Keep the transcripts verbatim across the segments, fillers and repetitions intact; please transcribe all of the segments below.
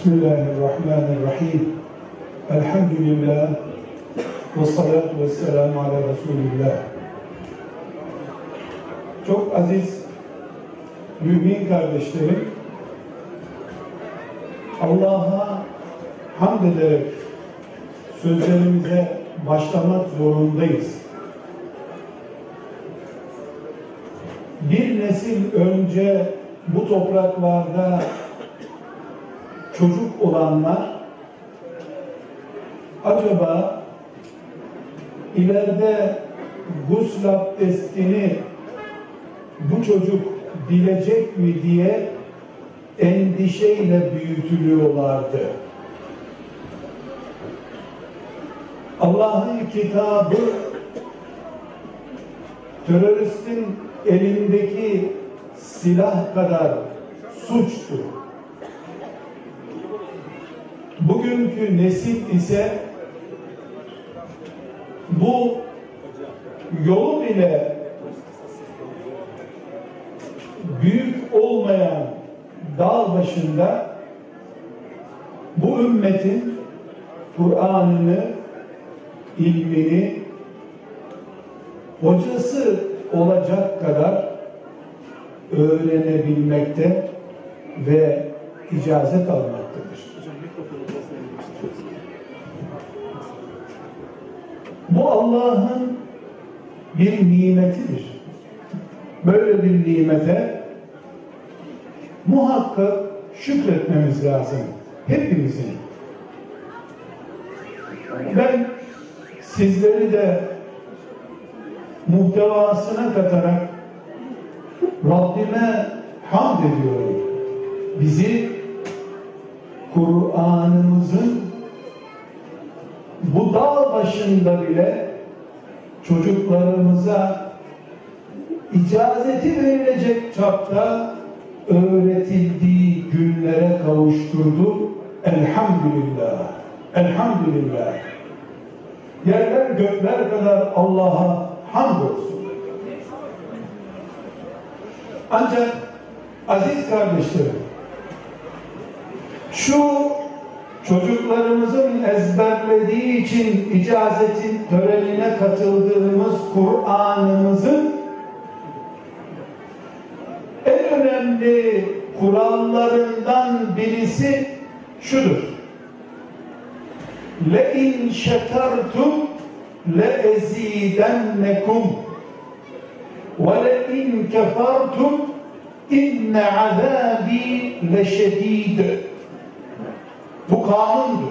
Bismillahirrahmanirrahim. Elhamdülillah. Ve salatu ve selamu ala Resulillah. Çok aziz mümin kardeşlerim, Allah'a hamd ederek sözlerimize başlamak zorundayız. Bir nesil önce bu topraklarda çocuk olanlar acaba ileride gusül abdestini bu çocuk bilecek mi diye endişeyle büyütülüyorlardı. Allah'ın kitabı teröristin elindeki silah kadar suçtur. Bugünkü nesil ise bu yolu bile büyük olmayan dağ başında bu ümmetin Kur'an'ını, ilmini hocası olacak kadar öğrenebilmekte ve icazet almaktadır. Bu Allah'ın bir nimetidir. Böyle bir nimete muhakkak şükretmemiz lazım. Hepimizin. Ben sizleri de muhtevasına katarak Rabbime hamd ediyorum. Bizi Kur'an'ımızın bu dağ başında bile çocuklarımıza icazeti verilecek çapta öğretildiği günlere kavuşturdu. Elhamdülillah. Elhamdülillah. Yerler gökler kadar Allah'a hamdolsun. Ancak aziz kardeşlerim, şu çocuklarımızın ezberlediği için icazetin törenine katıldığımız Kur'an'ımızın en önemli kurallarından birisi şudur: لَاِنْ شَكَرْتُمْ لَاَزِيدَنَّكُمْ وَلَاِنْ كَفَرْتُمْ اِنَّ عَذَابِي لَشَد۪يدٌ. Bu kanundur.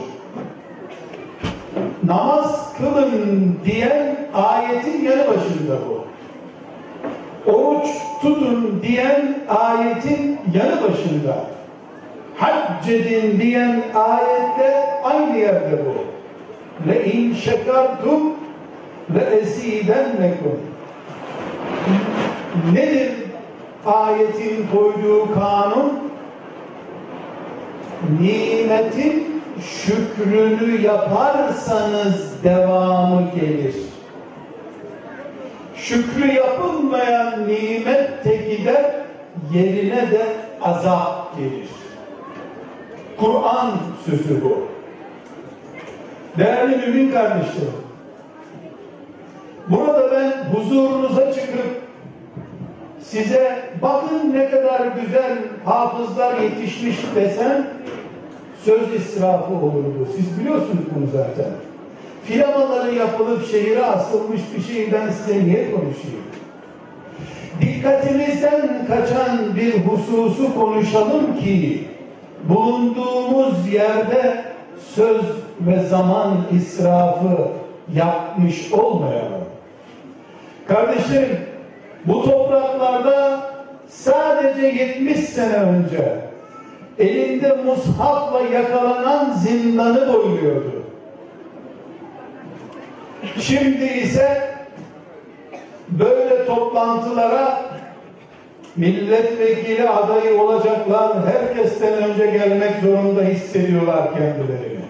Namaz kılın diyen ayetin yanı başında bu. Oruç tutun diyen ayetin yanı başında. Hac edin diyen ayette aynı yerde bu. لَاِنْ شَكَرْتُمْ لَاَزِيدَنَّكُمْ. Nedir ayetin koyduğu kanun? Nimetin şükrünü yaparsanız devamı gelir. Şükrü yapılmayan nimet de gider, yerine de azap gelir. Kur'an sözü bu. Değerli mümin kardeşlerim, burada ben huzurunuza çıkıp size bakın ne kadar güzel hafızlar yetişmiş desem söz israfı olur bu. Siz biliyorsunuz bunu zaten. Filamaları yapılıp şehire asılmış bir şeyi ben size niye konuşayım? Dikkatimizden kaçan bir hususu konuşalım ki bulunduğumuz yerde söz ve zaman israfı yapmış olmayalım. Kardeşlerim, bu topraklarda sadece yetmiş sene önce elinde mushafla yakalanan zindanı boyluyordu. Şimdi ise böyle toplantılara milletvekili adayı olacaklar, herkesten önce gelmek zorunda hissediyorlar kendilerini.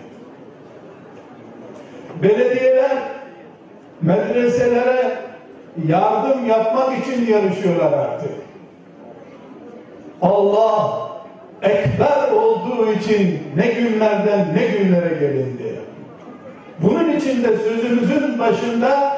Belediyeler medreselere yardım yapmak için yarışıyorlar artık. Allah ekber olduğu için ne günlerden ne günlere gelindi. Bunun için de sözümüzün başında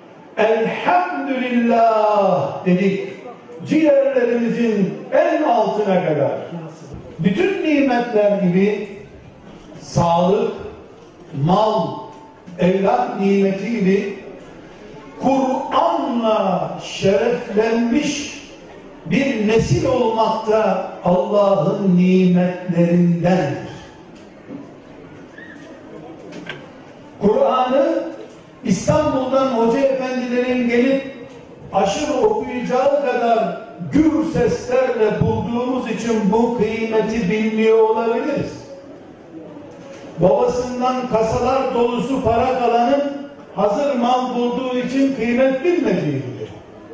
elhamdülillah dedik. Ciğerlerimizin en altına kadar. Bütün nimetler gibi sağlık, mal, evlat nimeti gibi Kur'an'la şereflenmiş bir nesil olmakta Allah'ın nimetlerindendir. Kur'an'ı İstanbul'dan hoca efendilerin gelip aşırı okuyacağı kadar gür seslerle bulduğumuz için bu kıymeti bilmiyor olabiliriz. Babasından kasalar dolusu para kalanın hazır mal bulduğu için kıymet bilmediği gibi.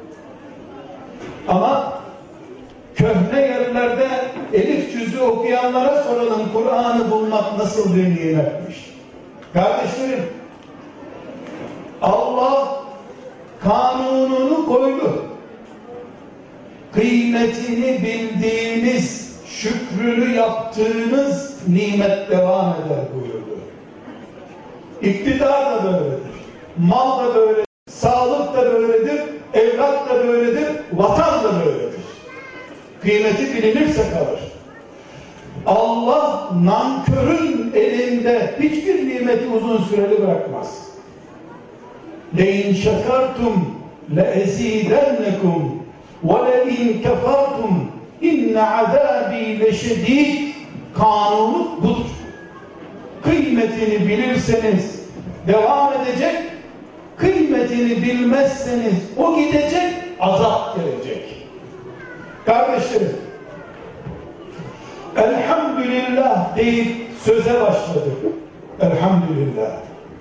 Ama köhne yerlerde elif cüzü okuyanlara soralım, Kur'an'ı bulmak nasıl bir nimetmiş. Kardeşlerim, Allah kanununu koydu. Kıymetini bildiğiniz, şükrünü yaptığınız nimet devam eder buyurdu. İktidar da böyledir. Mal da böyledir. Sağlık da böyledir. Evlat da böyledir. Vatan da böyledir. Kıymeti bilinirse kalır. Allah nankörün elinde hiçbir nimeti uzun süreli bırakmaz. لَاِنْ شَكَرْتُمْ لَاَزِيدَنَّكُمْ وَلَاِنْ كَفَرْتُمْ اِنَّ عَذَابِي لَشَد۪يدٍ. Kanunu budur. Kıymetini bilirseniz devam edecek, kıymetini bilmezseniz o gidecek, azap gelecek. Kardeşlerim, elhamdülillah deyip söze başladık. Elhamdülillah.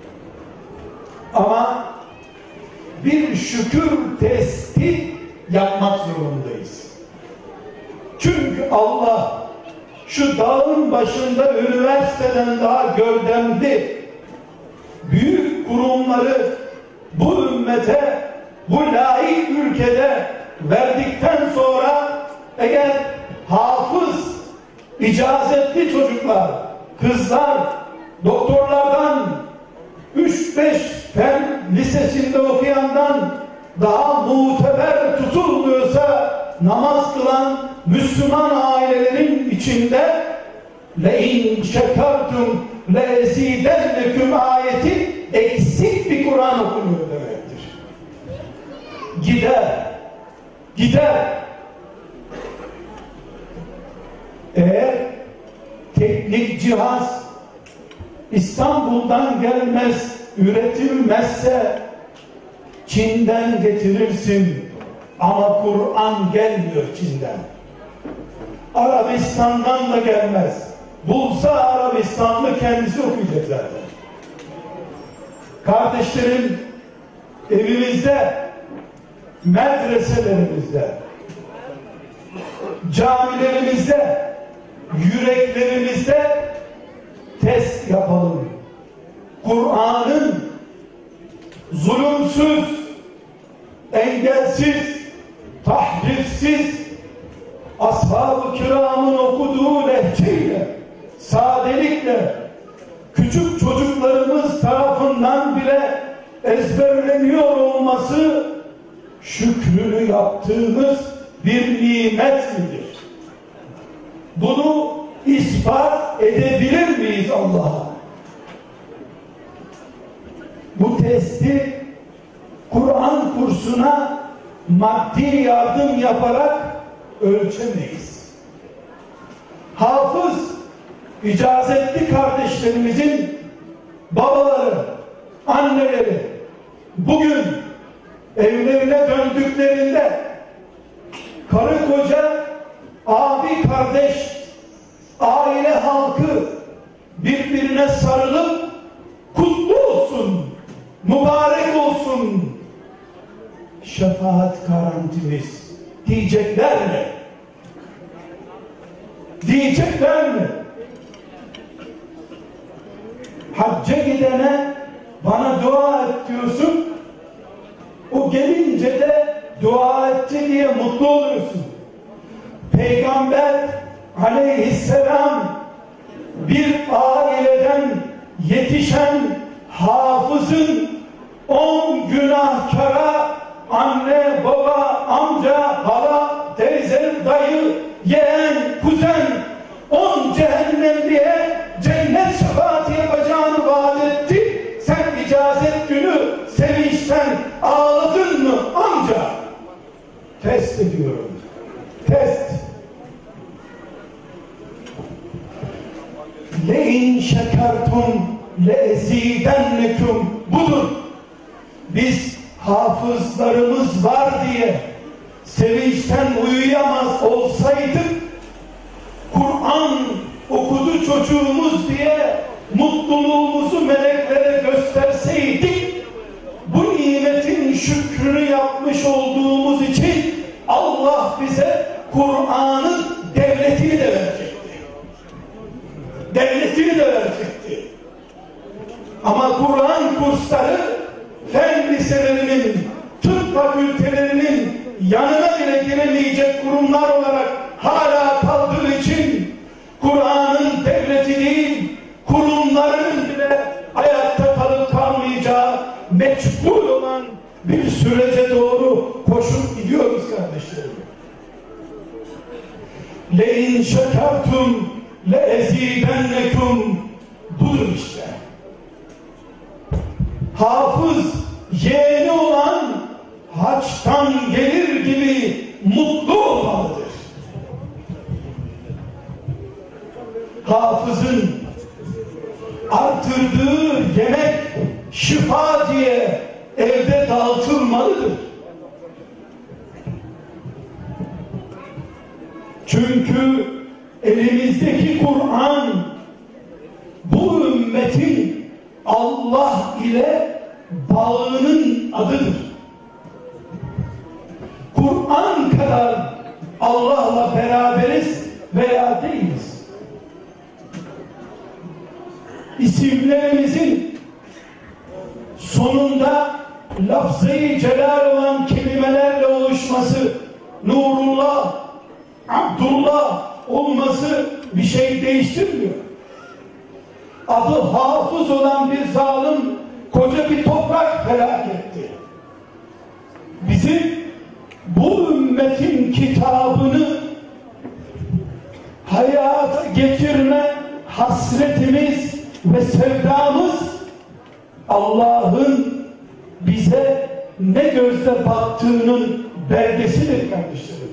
Ama bir şükür testi yapmak zorundayız. Çünkü Allah şu dağın başında üniversiteden daha gövdemli büyük kurumları bu ümmete, bu laik ülkede verdikten sonra eğer hafız, icazetli çocuklar, kızlar, doktorlardan, üç beş fen lisesinde okuyandan daha muteber tutulmuyorsa namaz kılan Müslüman ailelerin içinde لَاِنْ شَكَرْتُمْ لَاَزِيدَنَّكُمْ ayeti eksik bir Kur'an okunuyor demektir. Gider, gider. Eğer teknik cihaz İstanbul'dan gelmez, üretilmezse Çin'den getirirsin. Ama Kur'an gelmiyor Çin'den. Arabistan'dan da gelmez. Bulsa Arabistanlı kendisi okuyacak zaten. Kardeşlerim, evimizde, medreselerimizde, camilerimizde, yüreklerimizde test yapalım. Kur'an'ın zulümsüz, engelsiz, tahrifsiz, ashab-ı kiramın okuduğu lehçeyle, sadelikle, küçük çocuklarımız tarafından bile ezberleniyor olması şükrünü yaptığımız bir nimet midir? Bunu ispat edebilir miyiz Allah'a? Bu testi Kur'an kursuna maddi yardım yaparak ölçemeyiz. Hafız, icazetli kardeşlerimizin babaları, anneleri bugün evlerine döndüklerinde karı koca, abi kardeş, aile halkı birbirine sarılıp kutlu olsun, mübarek olsun, şefaat garantimiz diyecekler mi? Diyecekler mi? Hacca gidene bana dua et diyorsun, o gelince de dua etti diye mutlu oluyorsun. Peygamber aleyhisselam bir aileden yetişen hafızın on günahkara anne, baba, amca, hala, teyze, dayı, yeğen, kuzen, on cehennemliye cennet şefaati yapacağını vaat etti. Sen icazet günü sevinçten ağladın mı amca? Test ediyorum. Test. Le-in şekertum le-ezidennekum. Budur. Biz hafızlarımız var diye sevinçten uyuyamaz olsaydık, Kur'an okudu çocuğumuz diye mutluluğumuzu meleklere gösterseydik, bu nimetin şükrünü yapmış olduğumuz için Allah bize Kur'an'ın devletini de verecekti. Devletini de verecekti. Ama Kur'an kursları fen liselerinin, tıp fakültelerinin yanına bile giremeyecek kurumlar olarak hala kaldığı için Kur'an'ın devleti değil, kurumlarının bile ayakta kalıp kalmayacağı meçhul olan bir sürece doğru koşup gidiyoruz kardeşlerim. Le-in şekertum le-ezidennekum. Budur işte. Hafız yeğeni olan haçtan gelir gibi mutlu olmalıdır. Hafızın artırdığı yemek şifa diye evde dağıtılmalıdır. Çünkü elimizdeki Kur'an bu ümmetin Allah ile bağının adıdır. Kur'an kadar Allah'la beraberiz veya değiliz. İsimlerimizin sonunda lafz-ı celal olan kelimelerle oluşması, Nurullah, Abdullah olması bir şey değiştirmiyor. Adı hafız olan bir zalim koca bir toprak helak etti. Bizim bu ümmetin kitabını hayata geçirme hasretimiz ve sevdamız Allah'ın bize ne gözle baktığının belgesidir kardeşlerim.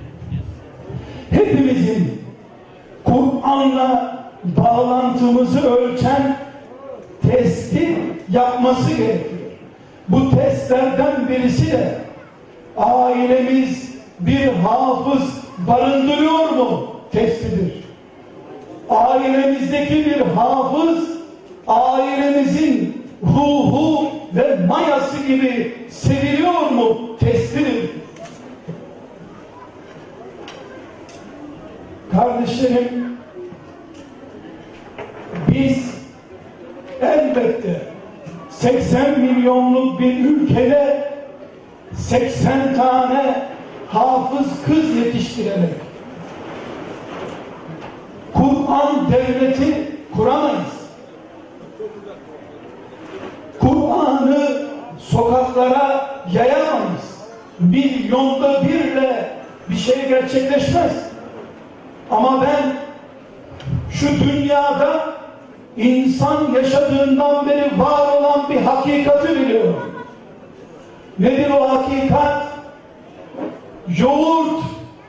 Hepimizin Kur'an'la bağlantımızı ölçen testi yapması gerekiyor. Bu testlerden birisi de ailemiz bir hafız barındırıyor mu testidir. Ailemizdeki bir hafız ailemizin ruhu ve mayası gibi seviliyor mu testidir. Kardeşlerim, biz elbette seksen milyonluk bir ülkede seksen tane hafız kız yetiştirerek Kur'an devleti kuramayız. Kur'an'ı sokaklara yayamayız. Milyonda birle bir şey gerçekleşmez. Ama ben şu dünyada insan yaşadığından beri var olan bir hakikati biliyorum. Nedir o hakikat? Yoğurt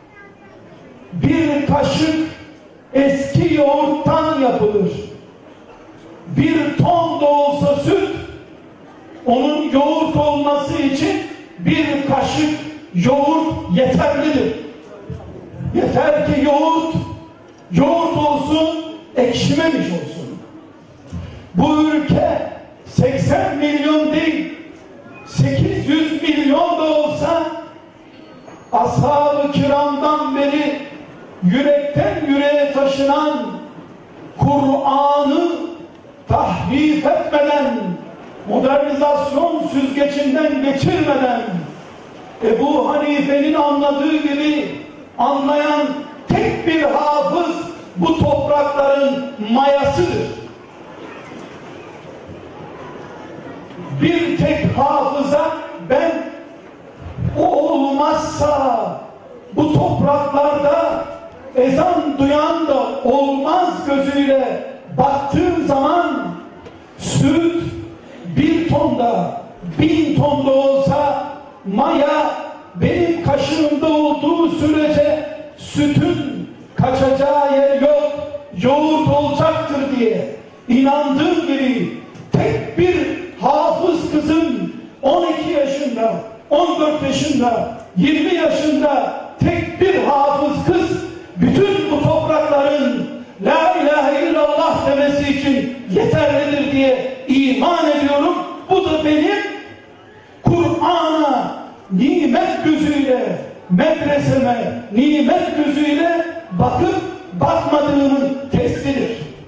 bir kaşık eski yoğurttan yapılır. Bir ton da olsa süt onun yoğurt olması için bir kaşık yoğurt yeterlidir. Yeter ki yoğurt yoğurt olsun, ekşimemiş olsun. Bu ülke seksen milyon değil, sekiz yüz milyon da olsa ashab-ı kiramdan beri yürekten yüreğe taşınan Kur'an'ı tahrif etmeden, modernizasyon süzgecinden geçirmeden Ebu Hanife'nin anladığı gibi anlayan tek tek bir hafız bu toprakların mayasıdır. Bir tek hafıza ben o olmazsa bu topraklarda ezan duyan da olmaz gözüyle baktığım zaman süt bir tonda, bin tonda olsa maya benim kaşığımda olduğu sürece sütün kaçacağı yer yok, yoğurt olacaktır diye inandığım gibi tek bir hafız kızın on iki yaşında, on dört yaşında, yirmi yaşında tek bir hafız kız bütün bu toprakların la ilahe illallah demesi için yeterlidir diye iman ediyorum. Bu da benim Kur'an'a nimet gözüyle, medreseme nimet gözüyle bakıp bakmadığımın testidir.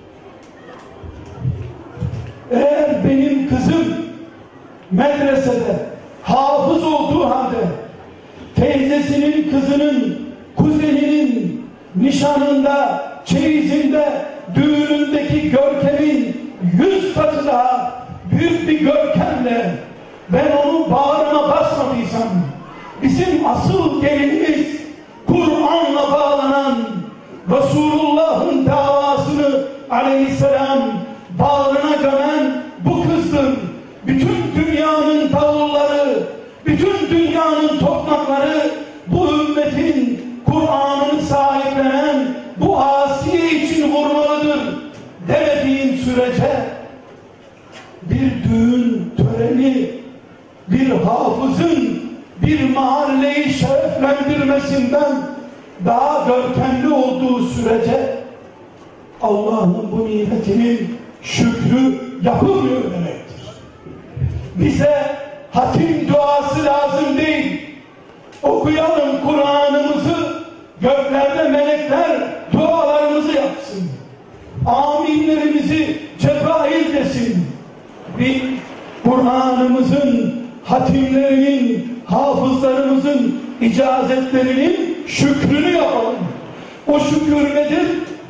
Eğer benim kızım medresede hafız olduğu halde teyzesinin kızının, kuzeninin nişanında, çeyizinde, düğünündeki görkemin yüz katı daha büyük bir görkemle ben onu bağrıma basmadıysam, bizim asıl gelinimiz Kur'an'la bağlanan Resulullah'ın davasını aleyhisselam bağrına gömen bu kızdır. Bütün dünyanın davulları, bütün dünyanın tokmakları bu ümmetin Kur'an'ını sahiplenen bu Asiye için vurmalıdır demediğim sürece bir düğün töreni, bir hafızın bir mahalleyi şereflendirmesinden daha görkemli olduğu sürece Allah'ın bu nimetinin şükrü yapılmıyor demektir. Bize hatim duası lazım değil. Okuyalım Kur'an'ımızı, göklerde melekler dualarımızı yapsın. Aminlerimizi Cebrail desin. Bir Kur'an'ımızın, hatimlerinin, hafızlarımızın icazetlerinin şükrünü yapalım. O şükür nedir?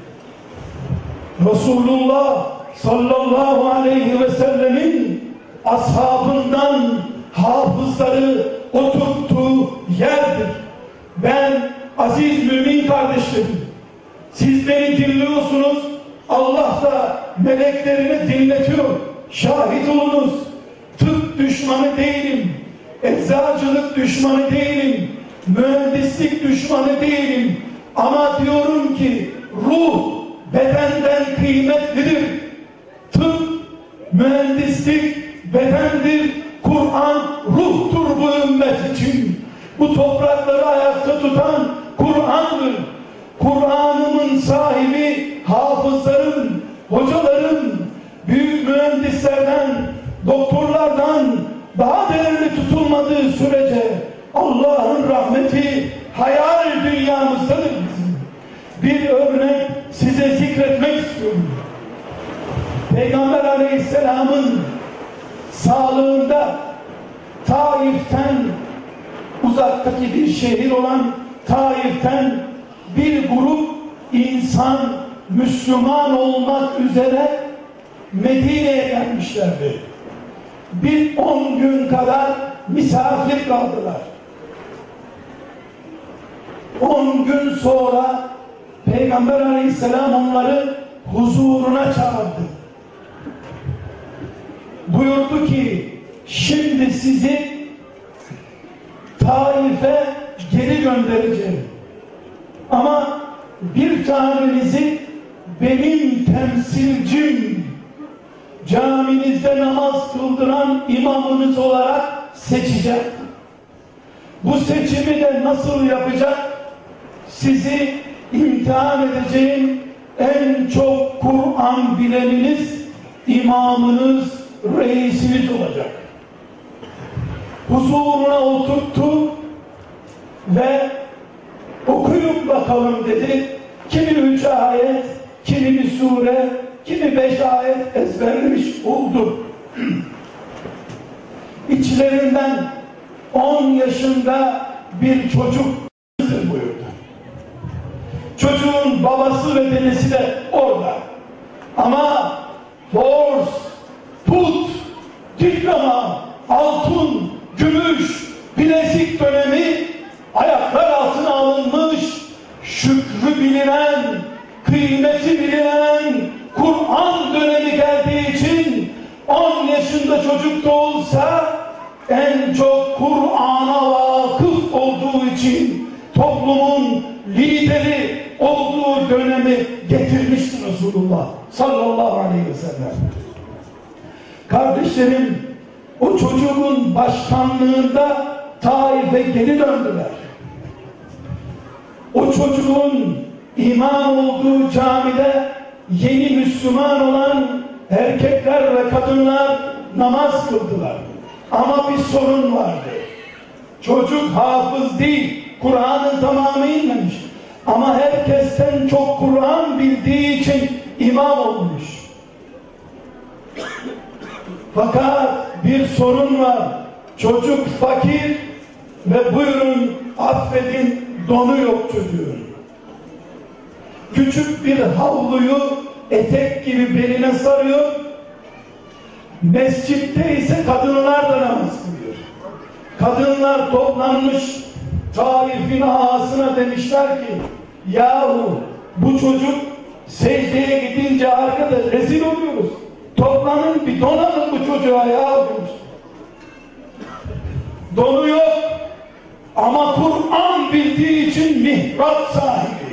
Resulullah sallallahu aleyhi ve sellemin ashabından hafızları oturttuğu yerdir. Ben aziz mümin kardeşlerim, siz beni dinliyorsunuz, Allah da meleklerini dinletiyor. Şahit olunuz. Tıp düşmanı değilim, eczacılık düşmanı değilim, mühendislik düşmanı değilim. Ama diyorum ki ruh bedenden kıymetlidir. Tıp, mühendislik bedendir. Kur'an ruhtur bu ümmet için. Bu toprakları ayakta tutan Kur'an'dır. Kur'an'ımın sahibi hafızların, hocaların, büyük mühendislerden, doktorlardan daha değerli tutulmadığı sürece Allah'ın rahmeti hayal dünyamızdadır bizim. Bir örnek size zikretmek istiyorum. Peygamber Aleyhisselam'ın sağlığında Taif'ten, uzaktaki bir şehir olan Taif'ten bir grup insan Müslüman olmak üzere Medine'ye gelmişlerdi. Bir on gün kadar misafir kaldılar. On gün sonra Peygamber Aleyhisselam onları huzuruna çağırdı. Buyurdu ki, şimdi sizi Taif'e geri göndereceğim. Ama bir tanenizi benim temsilcim, caminizde namaz kıldıran imamınız olarak seçeceğim. Bu seçimi de nasıl yapacak? Sizi imtihan edeceğim en çok Kur'an bileniniz, imamınız, reisiniz olacak. Huzuruna oturttu ve okuyun bakalım dedi. Kimi üç ayet, kimi bir sure, kimi beş ayet ezberlemiş oldu. İçlerinden on yaşında bir çocuk buyurdu. Çocuğun babası ve dedesi de orada. Ama force, put, diploma, altın, gümüş, bilezik dönemi ayaklar altına alınmış, şükrü bilinen, kıymeti bilinen Kur'an dönemi geldiği için on yaşında çocuk da olsa en çok Kur'an'a vakıf olduğu için toplumun lideri olduğu dönemi getirmiştir Resulullah sallallahu aleyhi ve sellem. Kardeşlerim, o çocuğun başkanlığında Taif'e geri döndüler. O çocuğun imam olduğu camide yeni Müslüman olan erkekler ve kadınlar namaz kıldılar. Ama bir sorun vardı. Çocuk hafız değil, Kur'an'ın tamamı inmemiş. Ama herkesten çok Kur'an bildiği için imam olmuş. Fakat bir sorun var. Çocuk fakir ve buyurun affedin donu yok çocuğun. Küçük bir havluyu etek gibi beline sarıyor. Mescitte ise kadınlar da namaz kılıyor. Kadınlar toplanmış Taif'in ağasına demişler ki yahu bu çocuk secdeye gidince arkada rezil oluyoruz. Toplanın bir donanın bu çocuğa yahu demiş. Donu yok ama Kur'an bildiği için mihrap sahibi.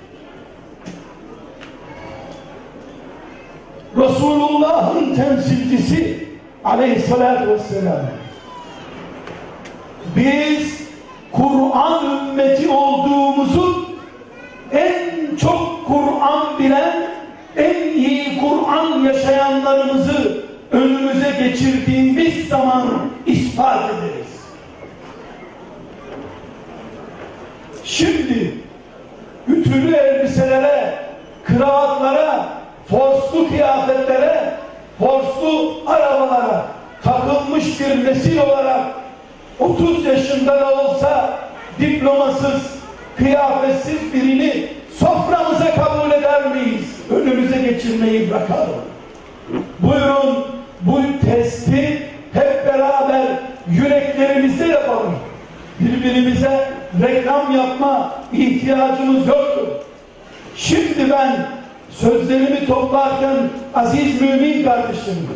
Resulullah'ın temsilcisi aleyhissalatü vesselam. Biz Kur'an ümmeti olduğumuzu en çok Kur'an bilen, en iyi Kur'an yaşayanlarımızı önümüze geçirdiğimiz zaman ispat ederiz. Şimdi ütülü elbiselere, kıraatlara, forslu kıyafetlere, forslu arabalara takılmış bir nesil olarak otuz yaşında da olsa diplomasız, kıyafetsiz birini soframıza kabul eder miyiz? Önümüze geçirmeyi bırakalım. Buyurun bu testi hep beraber yüreklerimizde yapalım. Birbirimize reklam yapma ihtiyacımız yoktur. Şimdi ben sözlerimi toplarken aziz mümin kardeşlerim,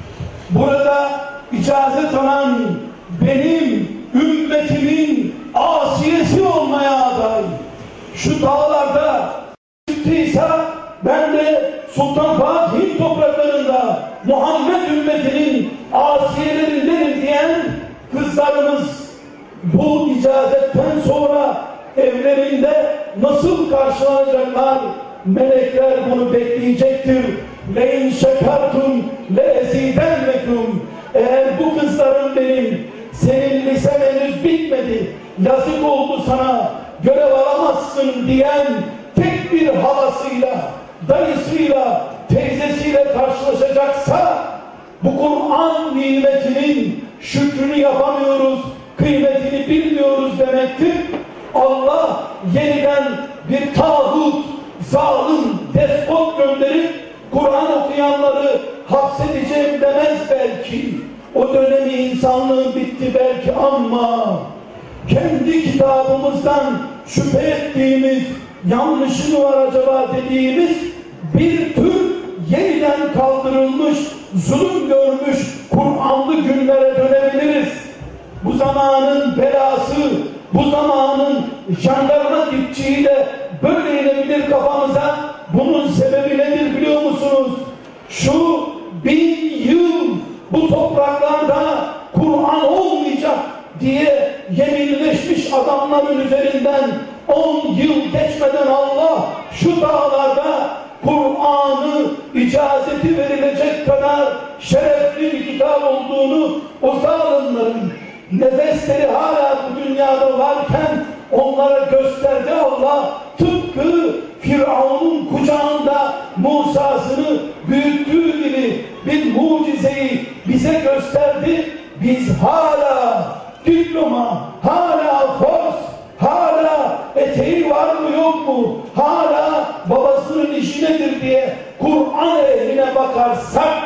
burada icazet alan benim ümmetimin asiyesi olmaya aday. Şu dağlarda çıktıysa ben de Sultan Fatih'in topraklarında Muhammed ümmetinin asiyelerindenim diyen kızlarımız bu icazetten sonra evlerinde nasıl karşılanacaklar? Melekler bunu bekleyecektir. لَاِنْ شَكَرْتُمْ لَاَزِيدَنَّكُمْ Eğer bu kızların benim, senin lisen henüz bitmedi, yazık oldu sana, görev alamazsın diyen tek bir halasıyla, dayısıyla, teyzesiyle karşılaşacaksa bu Kur'an nimetinin şükrünü yapamıyoruz, kıymetini bilmiyoruz demektir. Allah yeniden bir tağut, zalim, despot gönderip Kur'an okuyanları hapsedeceğim demez belki. O dönemi insanlığın bitti belki ama kendi kitabımızdan şüphe ettiğimiz, yanlışı mı var acaba dediğimiz bir tür yeniden kaldırılmış, zulüm görmüş Kur'anlı günlere dönebiliriz. Bu zamanın belası, bu zamanın jandarma dipçiğiyle böyle inebilir kafamıza. Bunun sebebi nedir biliyor musunuz? Şu bin yıl bu topraklarda Kur'an olmayacak diye yeminleşmiş adamların üzerinden on yıl geçmeden Allah şu dağlarda Kur'an'ı icazeti verilecek kadar şerefli bir kitap olduğunu o zalimlerin nefesleri hala bu dünyada varken onlara gösterdi Allah. Tıpkı Firavun'un kucağında Musa'sını büyüttüğü gibi bir mucizeyi bize gösterdi. Biz hala diploma, hala force, hala eteği var mı yok mu, hala babasının işi nedir diye Kur'an ehline bakarsak,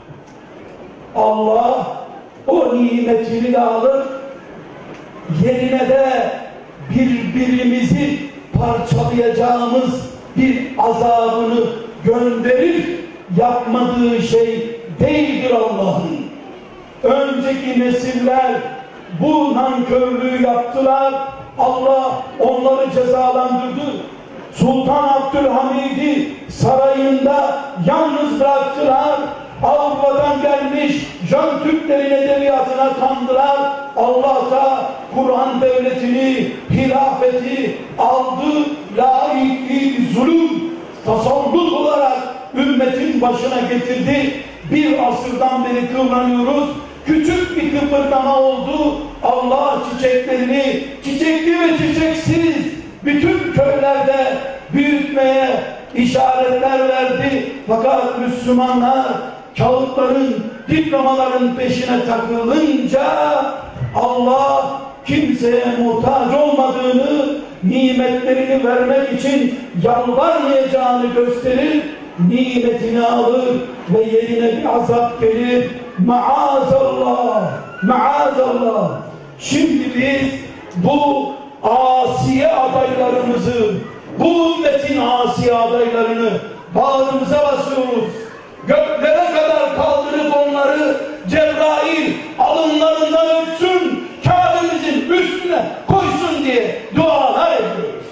Allah o nimetini de alır, yerine de birbirimizi parçalayacağımız bir azabını gönderir. Yapmadığı şey değildir Allah'ın. Önceki nesiller bu nankörlüğü yaptılar. Allah onları cezalandırdı. Sultan Abdülhamid'i sarayında yalnız bıraktılar. Avrupa'dan gelmiş Jön Türklerin edebiyatına kandılar. Allah da Kur'an devletini, hilafeti aldı. Laikliği, zulüm, tasallut olarak ümmetin başına getirdi. Bir asırdan beri kıvranıyoruz. Küçük bir kıpırdama oldu. Allah çiçeklerini çiçekli ve çiçeksiz bütün köylerde büyütmeye işaretler verdi. Fakat Müslümanlar kağıtların, diplomaların peşine takılınca Allah kimseye muhtaç olmadığını, nimetlerini vermek için yalvarmayacağını gösterir, nimetini alır ve yerine bir azap gelir. Maazallah, maazallah. Şimdi biz bu asiye adaylarımızı, bu ümmetin asiye adaylarını bağrımıza basıyoruz. Göklere kadar kaldırıp onları Cebrail alınlarından öpsün, Kâbemizin üstüne koysun diye dualar ediyoruz.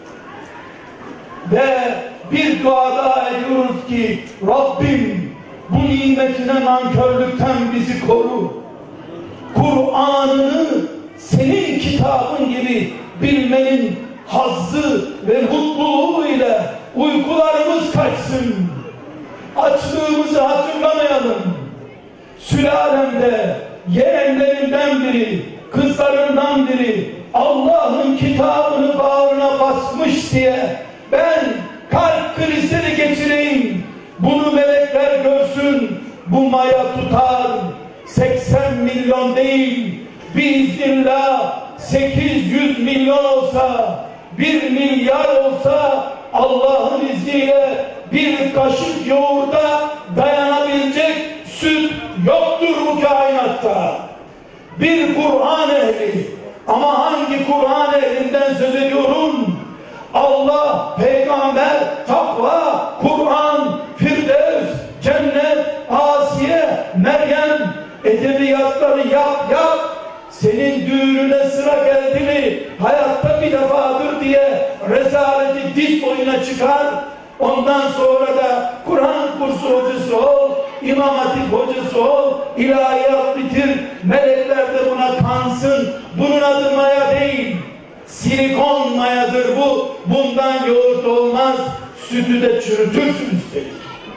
Ve bir dua daha ediyoruz ki Rabbim bu nimetine nankörlükten bizi koru. Kur'an'ını senin kitabın gibi bilmenin hazzı ve mutluluğu ile uykularımız kaçsın. Açlığımızı hatırlamayalım. Sülalemde yeğenlerimden biri, kızlarından biri Allah'ın kitabını bağrına basmış diye ben kalp krizleri geçireyim. Bunu melekler görsün. Bu maya tutar. seksen milyon değil, biiznillah sekiz yüz milyon olsa, bir milyar olsa Allah'ın izniyle bir kaşık yoğurda dayanabilecek süt yoktur bu kainatta. Bir Kur'an ehli, ama hangi Kur'an ehlinden söz ediyorum? Allah, peygamber, takva, Kur'an, Firdevs, cennet, Asiye, Meryem edebiyatları yap yap. Senin düğününe sıra geldi mi hayatta bir defadır diye rezaleti diz boyuna çıkar. Ondan sonra da Kur'an kursu hocası ol, İmam Hatip hocası ol, ilahiyat bitir, melekler de buna kansın. Bunun adı maya değil, silikon mayadır bu. Bundan yoğurt olmaz, sütü de çürütürsün üstelik.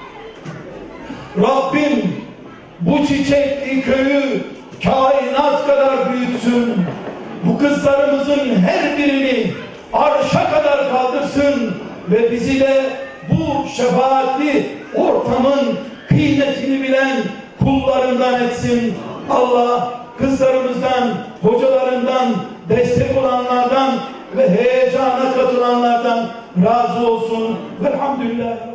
Rabbim bu çiçekli köyü kainat kadar büyütsün. Bu kızlarımızın her birini arşa kadar kaldırsın ve bizi de bu şefaatli ortamın kıymetini bilen kullarından etsin. Allah kızlarımızdan, hocalarından, destek olanlardan ve heyecana katılanlardan razı olsun. Velhamdülillah.